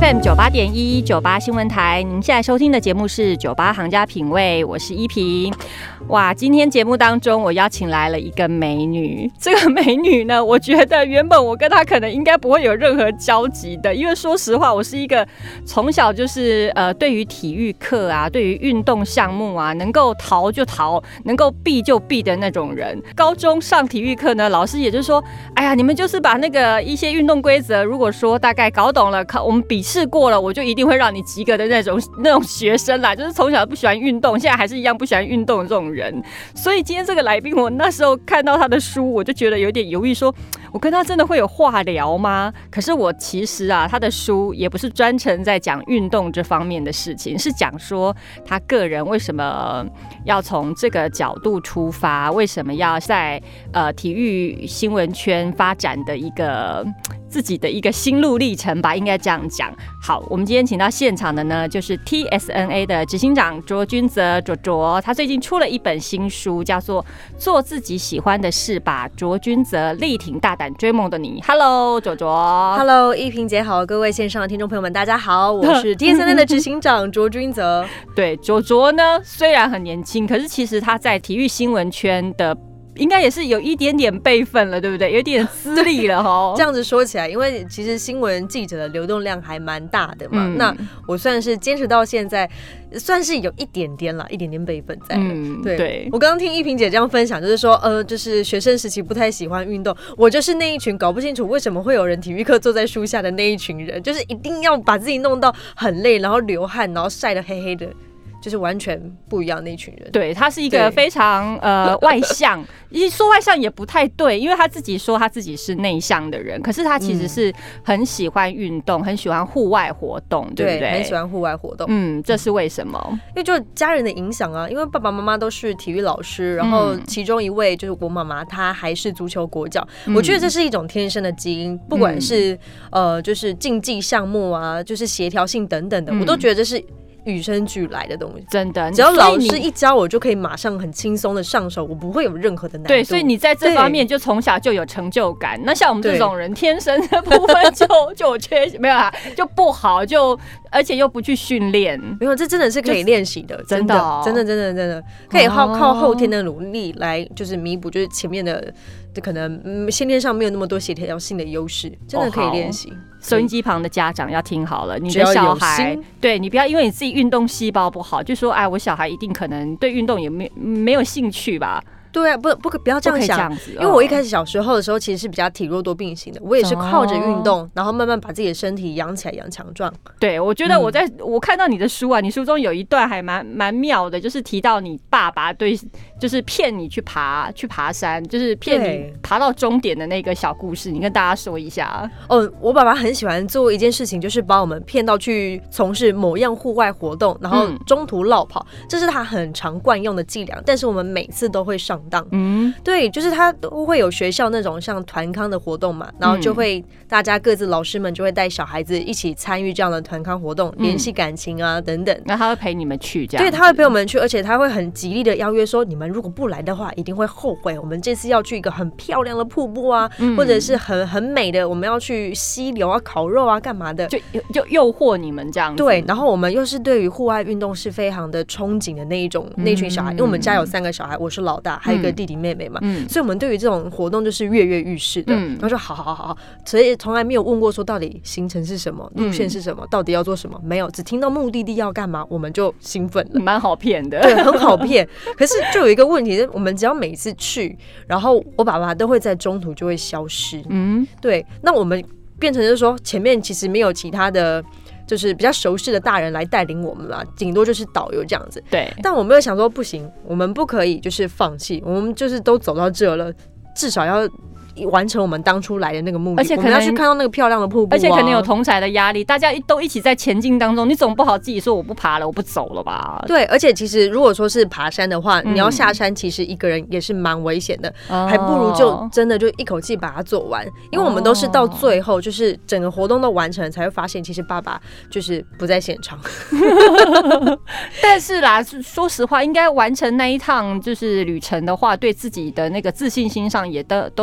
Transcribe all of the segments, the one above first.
FM 98.1 98新闻台，您现在收听的节目是98行家品味，我是依萍。哇，今天节目当中我邀请来了一个美女，这个美女呢，我觉得原本我跟她可能应该不会有任何交集的，因为说实话，我是一个从小就是对于体育课啊，对于运动项目啊，能够逃就逃，能够避就避的那种人。高中上体育课呢，老师也就是说，哎呀，你们就是把那个一些运动规则，如果说大概搞懂了，我们笔试过了，我就一定会让你及格的那种学生啦，就是从小不喜欢运动，现在还是一样不喜欢运动的这种人。所以今天这个来宾，我那时候看到他的书，我就觉得有点犹豫，说我跟他真的会有话聊吗？可是我其实啊，他的书也不是专程在讲运动这方面的事情，是讲说他个人为什么要从这个角度出发，为什么要在体育新闻圈发展的一个自己的一个心路历程吧，应该这样讲。好，我们今天请到现场的呢，就是 TSNA 的执行长卓君泽卓，他最近出了一本新书，叫做《做自己喜欢的事吧》，卓君泽力挺大胆追梦的你。Hello， 卓。 Hello， 依萍姐好，各位线上的听众朋友们，大家好，我是 TSNA 的执行长卓君泽。 对，卓呢虽然很年轻，可是其实他在体育新闻圈的。应该也是有一点点辈分了，对不对？有点资历了齁。 这样子说起来，因为其实新闻记者的流动量还蛮大的嘛，那我算是坚持到现在，算是有一点点辈分在了。对，我刚刚听依萍姐这样分享，就是说，就是学生时期不太喜欢运动，我就是那一群搞不清楚为什么会有人体育课坐在树下的那一群人，就是一定要把自己弄到很累，然后流汗，然后晒得黑黑的。就是完全不一样的那一群人。 对，他是一个非常外向，说外向也不太对，因为他自己说他自己是内向的人，可是他其实是很喜欢运动，很喜欢户外活动，对不对？ 很喜欢户外活动。 这是为什么？ 因为就家人的影响啊，因为爸爸妈妈都是体育老师，然后其中一位就是我妈妈，她还是足球国脚。我觉得这是一种天生的基因，不管是就是竞技项目啊，就是协调性等等的，我都觉得这是与生俱来的东西， 真的， 只要老师一教，我就可以马上很轻松的上手，我不会有任何的难度。 对，所以你在这方面就从小就有成就感。那像我们这种人，天生的部分就有缺没有啊，就不好，而且又不去训练， 没有，这真的是可以练习的，真的，真的可以靠后天的努力来就是弥补，就是前面的可能先天上没有那么多协调性的优势，真的可以练习。 收音机旁的家长要听好了，你的小孩，对，你不要因为你自己运动细胞不好，就说哎，我小孩一定可能对运动也没有兴趣吧。 对啊，不要这样想，因为我一开始小时候的时候其实是比较体弱多病型的，我也是靠着运动，然后慢慢把自己的身体养起来，养强壮。对， 我觉得我看到你的书啊，你书中有一段还蛮妙的，就是提到你爸爸就是骗你去爬山，就是骗你爬到终点的那个小故事，你跟大家说一下。 我爸爸很喜欢做一件事情，就是把我们骗到去从事某样户外活动，然后中途落跑，这是他很常惯用的伎俩，但是我们每次都会上当。对，就是他都会有学校那种像团康的活动嘛，然后就会大家各自老师们就会带小孩子一起参与这样的团康活动，联系感情啊等等。 那他会陪你们去这样？ 对，他会陪我们去，而且他会很极力的邀约说，你们如果不来的话，一定会后悔。我们这次要去一个很漂亮的瀑布啊，或者是很美的，我们要去溪流啊、烤肉啊、干嘛的， 就诱惑你们这样子。 对，然后我们又是对于户外运动是非常的憧憬的那群小孩，因为我们家有3个小孩，我是老大，还有一个弟弟妹妹嘛，所以我们对于这种活动就是跃跃欲试的。然后说好，所以从来没有问过说到底行程是什么，路线是什么，到底要做什么，没有，只听到目的地要干嘛，我们就兴奋了， 蛮好骗的。 对，很好骗。可是就有一个问题，我们只要每次去，然后我爸爸都会在中途就会消失。对，那我们变成就是说前面其实没有其他的。就是比较熟识的大人来带领我们嘛，顶多就是导游这样子。 对， 但我没有想说不行，我们不可以就是放弃，我们就是都走到这了，至少要完成我们当初来的那个目的，而且我们要去看到那个漂亮的瀑布， 而且可能有同侪的压力，大家都一起在前进当中，你总不好自己说我不爬了，我不走了吧？ 对，而且其实如果说是爬山的话，你要下山，其实一个人也是蛮危险的，还不如就真的就一口气把它做完，因为我们都是到最后，就是整个活动都完成了，才会发现其实爸爸就是不在现场。 但是啦，说实话，应该完成那一趟就是旅程的话，对自己的那个自信心上也都是很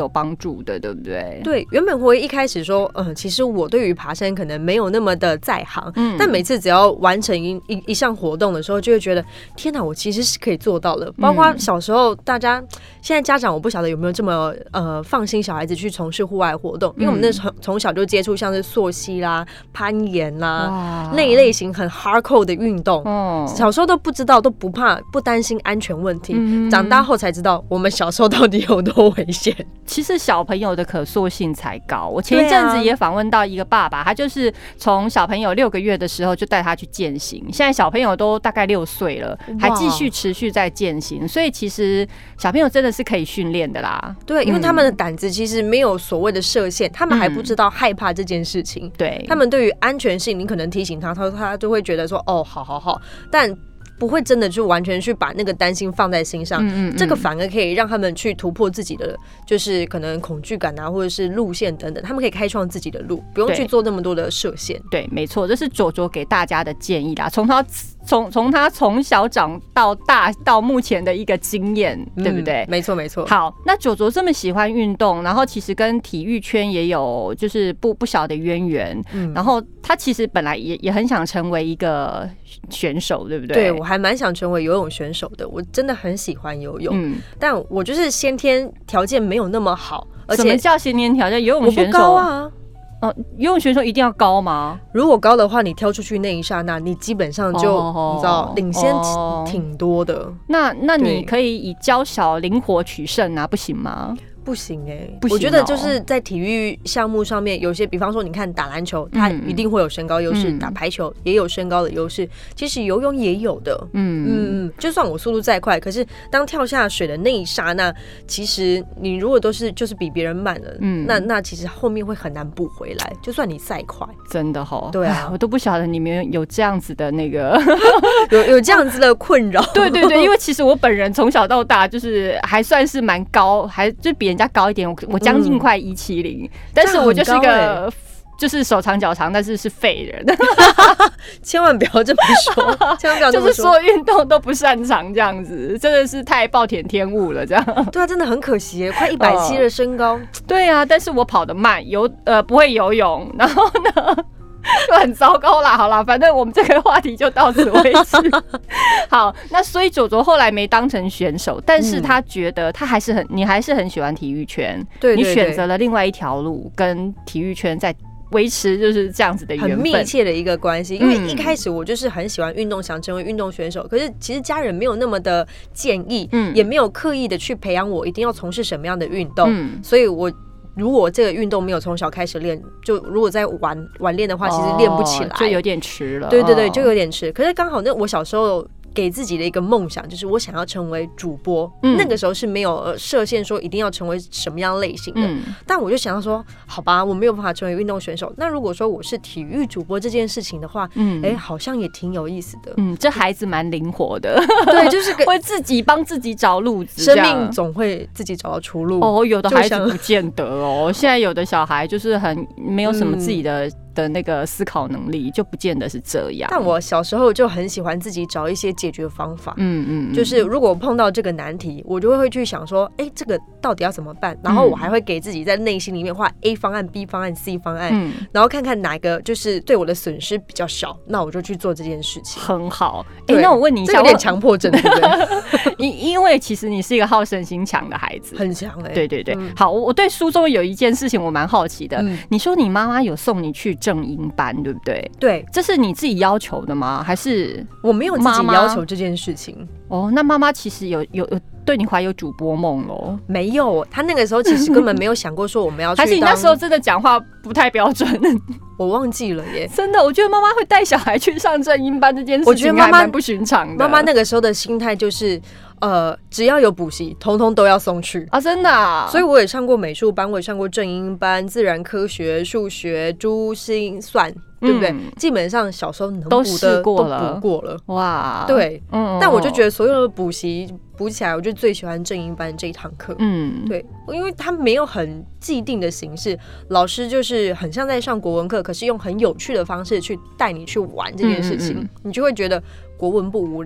有帮助的，对不对？ 对，原本我一开始说，其实我对于爬山可能没有那么的在行，但每次只要完成一项活动的时候，就会觉得天哪，我其实是可以做到的。包括小时候，大家现在家长我不晓得有没有这么放心小孩子去从事户外活动，因为我们那从小就接触像是溯溪啦、攀岩啦那一类型很 hardcore 的运动，小时候都不知道，都不怕，不担心安全问题，长大后才知道我们小时候到底有多危险。 其实小朋友的可塑性才高。我前一阵子也访问到一个爸爸，他就是从小朋友6个月的时候就带他去健行，现在小朋友都大概6岁了，还继续持续在健行，所以其实小朋友真的是可以训练的啦。 对，因为他们的胆子其实没有所谓的设限，他们还不知道害怕这件事情。 对， 他们对于安全性，你可能提醒他，他就会觉得说，哦，好，但不会真的就完全去把那个担心放在心上，这个反而可以让他们去突破自己的，就是可能恐惧感啊，或者是路线等等，他们可以开创自己的路，不用去做那么多的设限。 对，没错，这是卓卓给大家的建议啦。从他从小长到大到目前的一个经验，对不对？ 没错。 好，那卓卓这么喜欢运动，然后其实跟体育圈也有就是不小的渊源，然后他其实本来也很想成为一个选手，对不对？ 对，我还蛮想成为游泳选手的，我真的很喜欢游泳，但我就是先天条件没有那么好，而且什么叫先天条件？游泳选手我不高啊。 游泳选手一定要高吗？ 如果高的话，你跳出去那一刹那，你基本上就你知道领先挺多的。 那你可以以娇小灵活取胜啊，不行吗？ 不行我觉得就是在体育项目上面，有些比方说你看打篮球，它一定会有身高优势，打排球也有身高的优势，其实游泳也有的。就算我速度再快，可是当跳下水的那一刹那，其实你如果就是比别人慢了，那其实后面会很难补回来，就算你再快。 真的齁， 对啊， 我都不晓得你们有这样子的那个有这样子的困扰。 对，因为其实我本人从小到大就是还算是蛮高，还就比人家高一点，我将近快170，但是我就是一个就是手长脚长，但是是废人。 千万不要这么说，千万不要这么说， 就是所有运动都不擅长这样子，真的是太暴殄天物了，这样。 对啊，真的很可惜快170的身高。 对啊，但是我跑得慢，不会游泳，然后呢就很糟糕啦。好啦，反正我们这个话题就到此为止。好，那所以卓卓后来没当成选手，但是他觉得你还是很喜欢体育圈，对，你选择了另外一条路，跟体育圈在维持就是这样子的缘分， 很密切的一个关系。因为一开始我就是很喜欢运动，想成为运动选手，可是其实家人没有那么的建议，也没有刻意的去培养我一定要从事什么样的运动，所以如果这个运动没有从小开始练，就如果再晚练的话，其实练不起来， 就有点迟了。 对，就有点迟。可是刚好我小时候给自己的一个梦想，就是我想要成为主播。那个时候是没有设限说一定要成为什么样类型的，但我就想到说，好吧，我没有办法成为运动选手，那如果说我是体育主播这件事情的话，好像也挺有意思的。 这孩子蛮灵活的， 对，就是会自己帮自己找路子， 生命总会自己找到出路。 有的孩子不见得现在有的小孩就是很没有什么自己的那个思考能力，就不见得是这样。 但我小时候就很喜欢自己找一些解决方法，就是如果碰到这个难题，我就会去想说，这个到底要怎么办？然后我还会给自己在内心里面画 A 方案、B 方案、C 方案，然后看看哪个就是对我的损失比较小，那我就去做这件事情。 很好。那我问你一下， 有点强迫症，对不对？ 因为其实你是一个好胜心强的孩子， 很强对。好，我对书中有一件事情我蛮好奇的，你说你妈妈有送你去正音班，对不对？ 对， 这是你自己要求的吗？还是我没有自己要求这件事情？ 那妈妈其实有对你怀有主播梦咯？ 没有，她那个时候其实根本没有想过说我们要去。 还是你那时候真的讲话不太标准？ 我忘记了耶。 真的，我觉得妈妈会带小孩去上正音班这件事情还蛮不寻常的。 妈妈那个时候的心态就是只要有补习，通通都要送去啊！真的啊！ 所以我也上过美术班，我也上过正音班、自然科学、数学、珠心算，对不对？基本上小时候能补的都补过了。哇！对，但我就觉得所有的补习补起来，我就最喜欢正音班这一堂课。对，因为它没有很既定的形式，老师就是很像在上国文课，可是用很有趣的方式去带你去玩这件事情，你就会觉得国文不无聊。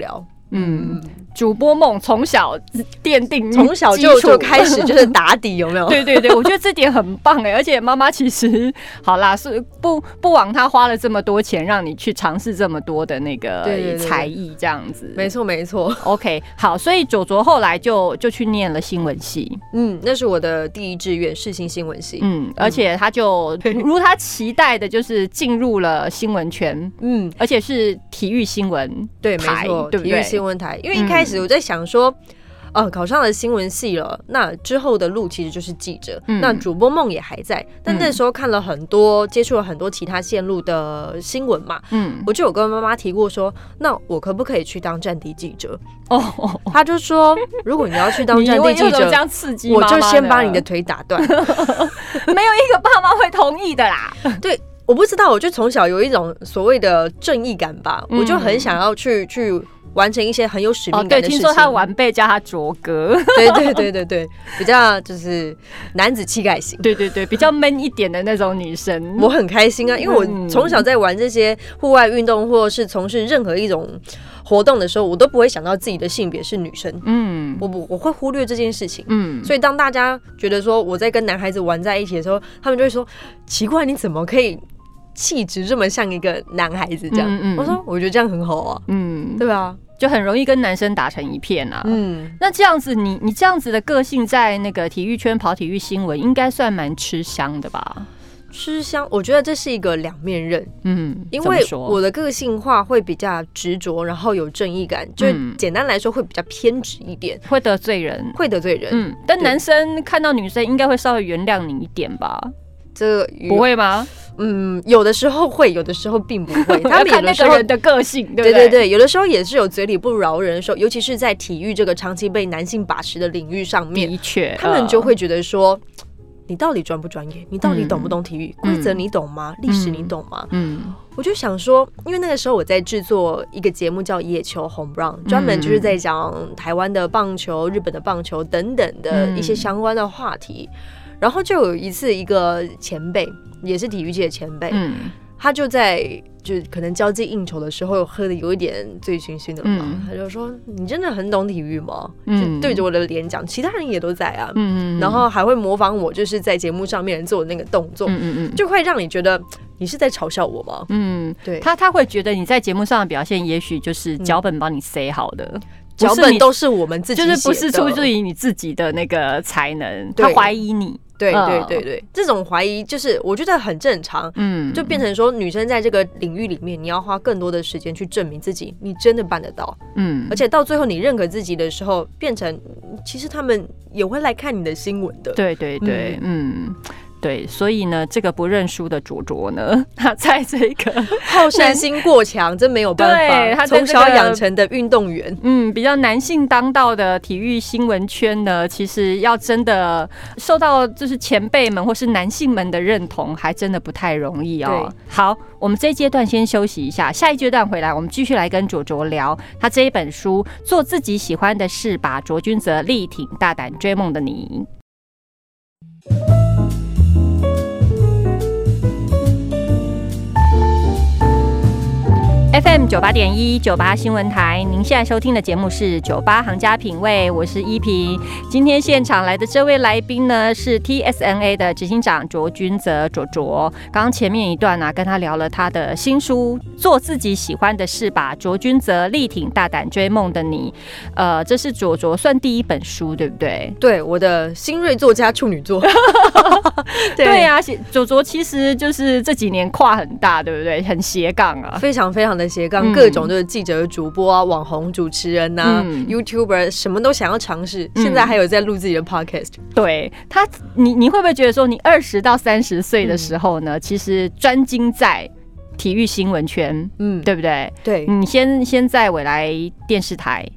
主播梦从小奠定， 从小就开始就是打底，有没有？ 对对对，我觉得这点很棒而且妈妈其实好啦，是不枉她花了这么多钱让你去尝试这么多的那个才艺，这样子。 没错没错。 OK， 好，所以卓卓后来就去念了新闻系， 那是我的第一志愿，世新新闻系。 而且他就如他期待的，就是进入了新闻圈，而且是体育新闻台，对，没错，对不对？体育新闻台，因为一开始我在想说，考上了新闻系了，那之后的路其实就是记者，那主播梦也还在，但那时候看了很多，接触了很多其他线路的新闻嘛，我就有跟妈妈提过说，那我可不可以去当战地记者？他就说，如果你要去当战地记者， 这样刺激妈妈， 我就先把你的腿打断。没有一个爸妈会同意的啦。 对。我不知道，我就从小有一种所谓的正义感吧，我就很想要去完成一些很有使命感的事情。 对，听说他晚辈叫他卓哥。 对，比较就是男子气概型。 对，比较 man 一点的那种女生。 我很开心啊，因为我从小在玩这些户外运动，或是从事任何一种活动的时候，我都不会想到自己的性别是女生。我会忽略这件事情。所以当大家觉得说我在跟男孩子玩在一起的时候，他们就会说奇怪，你怎么可以气质这么像一个男孩子这样？我说我觉得这样很好啊。对吧？ 就很容易跟男生打成一片啊。那这样子你这样子的个性在那个体育圈跑体育新闻，应该算蛮吃香的吧？ 吃香，我觉得这是一个两面刃。因为我的个性化会比较执着，然后有正义感，就简单来说会比较偏执一点， 会得罪人。但男生看到女生应该会稍微原谅你一点吧？这不会吗？ 有的时候会，有的时候并不会。 他们有的时候人的个性，对不对？对，有的时候也是有嘴里不饶人的时候，尤其是在体育这个长期被男性把持的领域上面， 的确， 他们就会觉得说，你到底专不专业？你到底懂不懂体育？规则你懂吗？历史你懂吗？我就想说，因为那个时候我在制作一个节目叫《野球 Home Run》，专门就是在讲台湾的棒球、日本的棒球等等的一些相关的话题。然后就有一次，一个前辈，也是体育界的前辈，他就可能交际应酬的时候喝的有一点醉醺醺的嘛，他就说：“你真的很懂体育吗？”就对着我的脸讲，其他人也都在啊，然后还会模仿我，就是在节目上面做的那个动作，就会让你觉得你是在嘲笑我吗？对， 他会觉得你在节目上的表现，也许就是脚本帮你塞好的。 脚本都是我们自己写的， 就是不是出自于你自己的那个才能，他怀疑你。 对，这种怀疑就是我觉得很正常。就变成说女生在这个领域里面，你要花更多的时间去证明自己，你真的办得到。而且到最后你认可自己的时候，变成其实他们也会来看你的新闻的。 对，对，所以呢，这个不认输的卓卓呢，他在这个好胜心过强，真没有办法。对，他从小养成的运动员， 比较男性当道的体育新闻圈呢，其实要真的受到就是前辈们或是男性们的认同，还真的不太容易哦。好，我们这一阶段先休息一下，下一阶段回来，我们继续来跟卓卓聊他这一本书《做自己喜欢的事吧》，卓君泽力挺大胆追梦的你。FM 98.1 98新闻台，您现在收听的节目是98行家品味，我是依萍。今天现场来的这位来宾呢，是 TSNA 的执行长卓君泽卓卓。刚刚前面一段跟他聊了他的新书《做自己喜欢的事吧》，卓君泽力挺大胆追梦的你。这是卓卓算第一本书，对不对？ 对，我的新锐作家处女作。 对啊，卓卓其实就是这几年跨很大，对不对？很斜杠啊， 非常非常的斜杠，各种就是记者、主播啊、网红主持人啊、YouTuber 什么都想要尝试。现在还有在录自己的 podcast。 对他，你会不会觉得说，你20到30岁的时候呢，其实专精在体育新闻圈，对不对？ 对， 你先在未来电视台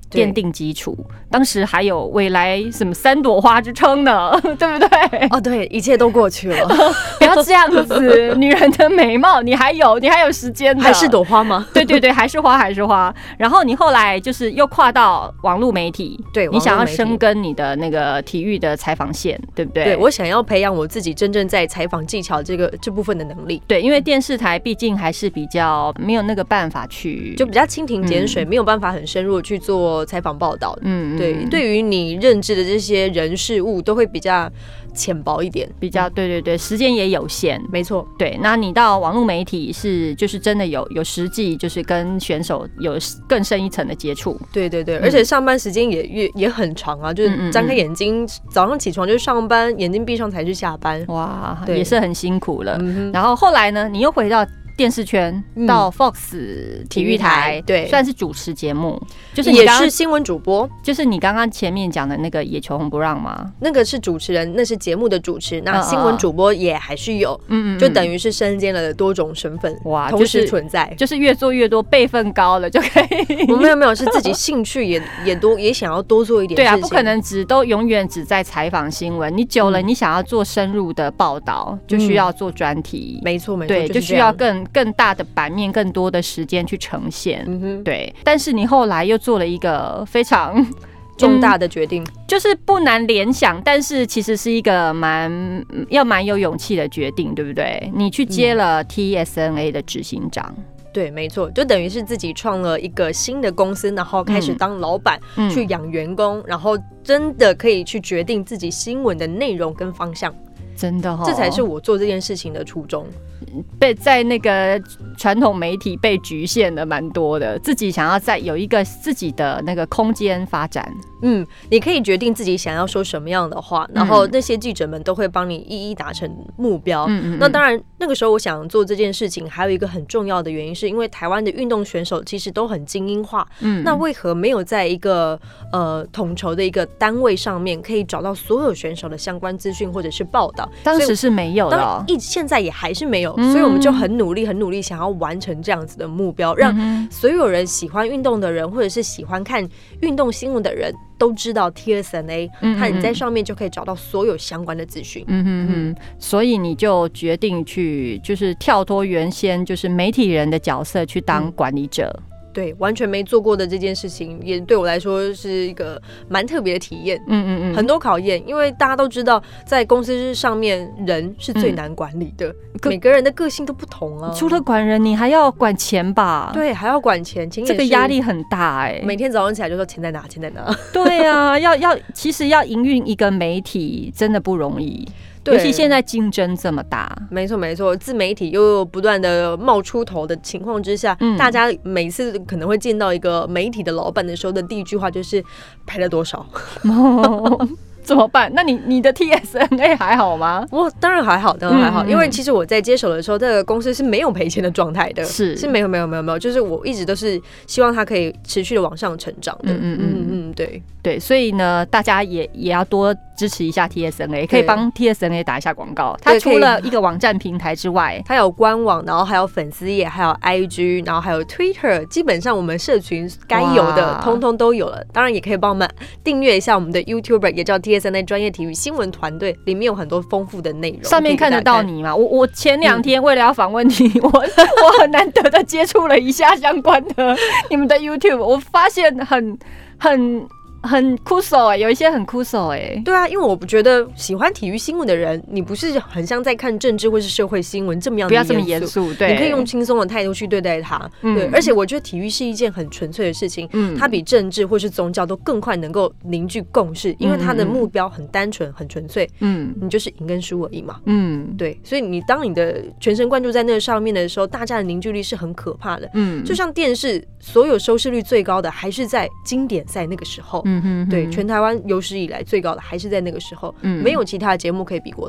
奠定基础。当时还有未来什么3朵花之称呢，对不对？ 哦，对，一切都过去了。 不要这样子，女人的美貌你还有时间的， 还是朵花吗？ 对对对，还是花。然后你后来就是又跨到网络媒体， 对， 你想要深耕你的那个体育的采访线，对不对？ 对，我想要培养我自己真正在采访技巧这部分的能力。 对，因为电视台毕竟还是比较没有那个办法去， 就比较蜻蜓点水，没有办法很深入去做采访报道。对，对于你认知的这些人事物都会比较浅薄一点， 比较对，时间也有限， 没错。 对，那你到网络媒体就是真的有实际就是跟选手有更深一层的接触。 对，而且上班时间也很长啊，就是张开眼睛，早上起床就上班，眼睛闭上才去下班。 哇，也是很辛苦了。然后后来呢，你又回到电视圈，到 Fox 体育台，对，算是主持节目，就是也是新闻主播， 就是你刚刚前面讲的那个野球红不让吗？ 那个是主持人，那是节目的主持，那新闻主播也还是有，就等于是身兼了多种身份，哇，同时存在， 就是越做越多，辈分高了就可以。 没有，是自己兴趣也多，也想要多做一点事情。 对啊，不可能永远只在采访新闻，你久了，你想要做深入的报道，就需要做专题。 没错， 对，就需要更大的版面，更多的时间去呈现。对。但是你后来又做了一个非常重大的决定， 就是不难联想，但是其实是一个蛮有勇气的决定，对不对？你去接了 TSNA 的执行长。 对，没错，就等于是自己创了一个新的公司，然后开始当老板，去养员工，然后真的可以去决定自己新闻的内容跟方向。 真的这才是我做这件事情的初衷。 在那个传统媒体被局限的蛮多的，自己想要再有一个自己的那个空间发展。 你可以决定自己想要说什么样的话，然后那些记者们都会帮你一一达成目标。那当然，那个时候我想做这件事情，还有一个很重要的原因，是因为台湾的运动选手其实都很精英化。那为何没有在一个统筹的一个单位上面，可以找到所有选手的相关资讯或者是报道？ 当时是没有的， 现在也还是没有。所以我们就很努力想要完成这样子的目标，让所有人喜欢运动的人，或者是喜欢看运动新闻的人都知道 TSNA， 那你在上面就可以找到所有相关的资讯。 所以你就决定去就是跳脱原先就是媒体人的角色去当管理者。 对，完全没做过的这件事情，也对我来说是一个蛮特别的体验。很多考验，因为大家都知道，在公司上面人是最难管理的，每个人的个性都不同啊。 除了管人，你还要管钱吧？ 对，还要管钱， 这个压力很大哎。 每天早上起来就说钱在哪，钱在哪。 对啊，其实要营运一个媒体真的不容易。尤其现在竞争这么大， 没错，自媒体又不断的冒出头的情况之下，大家每次可能会见到一个媒体的老板的时候的第一句话就是赔了多少。怎么办？那你的 TSNA 还好吗？ 我当然还好，因为其实我在接手的时候，这个公司是没有赔钱的状态的，是没有，就是我一直都是希望它可以持续的往上成长的。对， 所以呢，大家也要多支持一下 TSNA， 可以帮 TSNA 打一下广告。它除了一个网站平台之外， 它有官网，然后还有粉丝页，还有 IG， 然后还有 Twitter， 基本上我们社群该有的通通都有了。当然也可以帮我们订阅一下我们的 YouTuber， 也叫 TSNA 专业体育新闻团队，里面有很多丰富的内容。 上面看得到你吗？我前2天为了要访问你，我很难得的接触了一下相关的你们的 YouTube， 我发现很酷手哎，有一些很酷手哎。 对啊，因为我不觉得喜欢体育新闻的人，你不是很像在看政治或是社会新闻这么样的严肃， 不要这么严肃，对， 你可以用轻松的态度去对待它。对，而且我觉得体育是一件很纯粹的事情，它比政治或是宗教都更快能够凝聚共识，因为它的目标很单纯、很纯粹。你就是赢跟输而已嘛。对，所以当你的全神贯注在那上面的时候，大家的凝聚力是很可怕的。就像电视，所有收视率最高的还是在经典赛那个时候。对，全台湾有史以来最高的还是在那个时候，没有其他的节目可以比过它。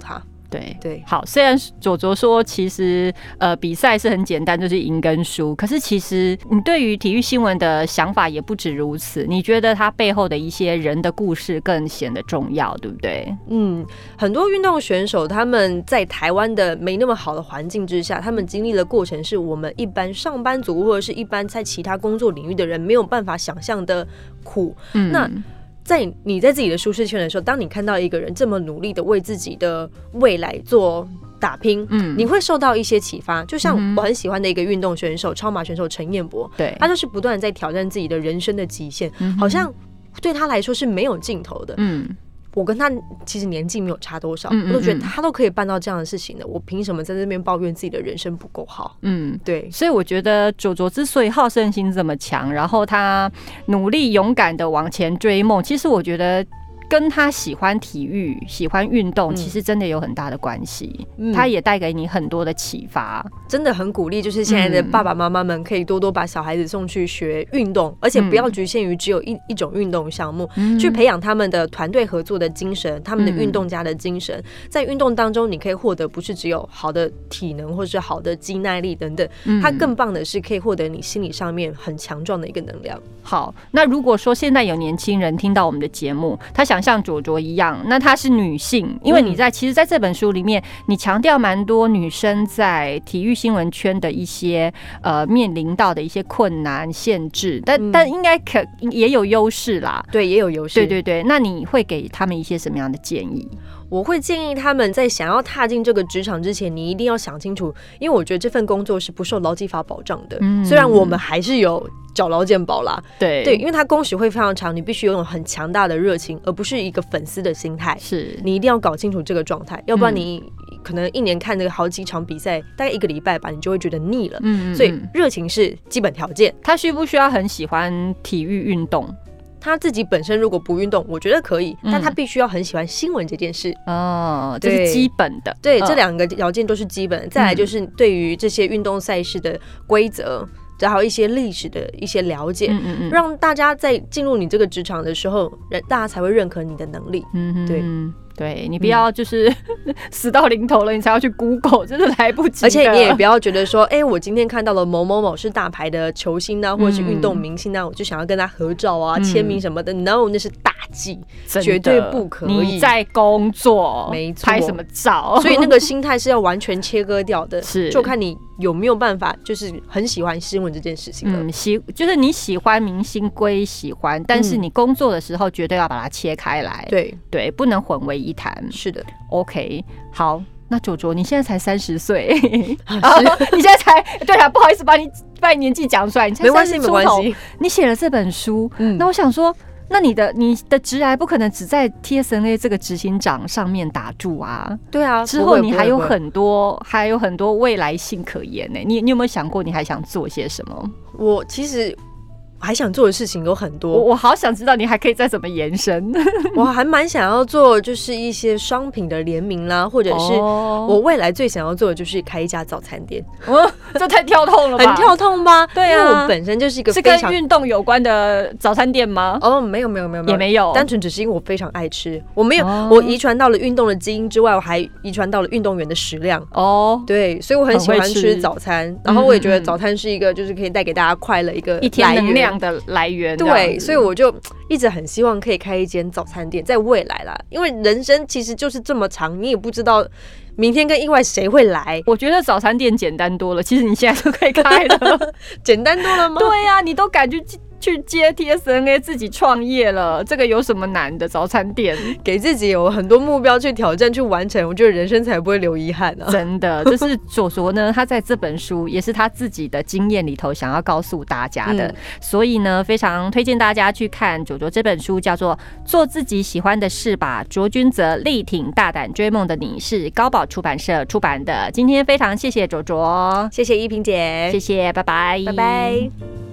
对，好，虽然佐佐说其实比赛是很简单，就是赢跟输，可是其实你对于体育新闻的想法也不止如此，你觉得它背后的一些人的故事更显得重要，对不对？ 很多运动选手他们在台湾的没那么好的环境之下，他们经历的过程是我们一般上班族或者是一般在其他工作领域的人没有办法想象的苦。那你在自己的舒适圈的时候，当你看到一个人这么努力的为自己的未来做打拼，你会受到一些启发。就像我很喜欢的一个运动选手，超马选手陈彦博，他就是不断在挑战自己的人生的极限，好像对他来说是没有尽头的。我跟他其实年纪没有差多少，我都觉得他都可以办到这样的事情的，我凭什么在这边抱怨自己的人生不够好？对， 所以我觉得佐佐之所以好胜心这么强，然后他努力勇敢的往前追梦，其实我觉得跟他喜欢体育、喜欢运动，其实真的有很大的关系。他也带给你很多的启发， 真的很鼓励。就是现在的爸爸妈妈们可以多多把小孩子送去学运动，而且不要局限于只有一种运动项目，去培养他们的团队合作的精神，他们的运动家的精神。在运动当中，你可以获得不是只有好的体能或是好的肌耐力等等，它更棒的是可以获得你心理上面很强壮的一个能量。 好，那如果说现在有年轻人听到我们的节目，他想像佐佐一样，那她是女性，因为其实在这本书里面，你强调蛮多女生在体育新闻圈的一些面临到的一些困难限制，但应该也有优势啦。 对，也有优势。 对，那你会给他们一些什么样的建议？ 我会建议他们在想要踏进这个职场之前，你一定要想清楚，因为我觉得这份工作是不受劳基法保障的。虽然我们还是有缴劳健保啦，对，因为它工时会非常长，你必须有很强大的热情，而不是一个粉丝的心态。 是你一定要搞清楚这个状态，要不然你可能一年看这个好几场比赛，大概1个礼拜吧，你就会觉得腻了。所以热情是基本条件。 他需不需要很喜欢体育运动？ 他自己本身如果不运动，我觉得可以，但他必须要很喜欢新闻这件事。 这是基本的。 对，这2个条件都是基本的。再来就是对于这些运动赛事的规则，还有一些历史的一些了解，让大家在进入你这个职场的时候，大家才会认可你的能力。 对，你不要就是死到临头了，你才要去 Google， 真的来不及。 而且你也不要觉得说，我今天看到了某某某是大牌的球星啊，或者是运动明星啊，我就想要跟他合照啊、签名什么的。No， 那是大忌，绝对不可以。 你在工作，没错，拍什么照？ 所以那个心态是要完全切割掉的，就看你有没有办法，就是很喜欢新闻这件事情了。 就是你喜欢明星归喜欢，但是你工作的时候绝对要把它切开来。对，不能混为一谈。 是的 ，OK， 好，那佐佐你现在才30岁，你现在才对啊，不好意思把你年纪讲出来，你才30出头，没关系，你写了这本书，那我想说，那你的职涯不可能只在 TSNA 这个执行长上面打住啊， 对啊， 之后你还有很多未来性可言呢，你有没有想过你还想做些什么？ 我其实还想做的事情有很多， 我好想知道你还可以再怎么延伸。 我还蛮想要做就是一些商品的联名啦，或者是我未来最想要做的就是开一家早餐店。 这太跳痛了吧？ 很跳痛吧？ 对啊， 因为我本身就是一个是跟运动有关的早餐店吗？ 没有， 也没有， 单纯只是因为我非常爱吃。我没有，我遗传到了运动的基因之外，我还遗传到了运动员的食量。对，所以我很喜欢吃早餐，然后我也觉得早餐是一个就是可以带给大家快乐一天能量的来源。 对，所以我就一直很希望可以开一间早餐店，在未来啦，因为人生其实就是这么长，你也不知道明天跟意外谁会来。 我觉得早餐店简单多了，其实你现在就可以开了。 简单多了吗？ 对啊，你都敢去接 TSNA 自己创业了，这个有什么难的？早餐店给自己有很多目标去挑战去完成，我觉得人生才不会留遗憾啊！ 真的，就是佐佐呢，他在这本书也是他自己的经验里头想要告诉大家的，所以呢，非常推荐大家去看佐佐这本书，叫做《做自己喜欢的事吧》，卓君泽力挺大胆追梦的你，是高宝出版社出版的。今天非常谢谢佐佐， 谢谢依萍姐， 谢谢，拜拜， 拜拜。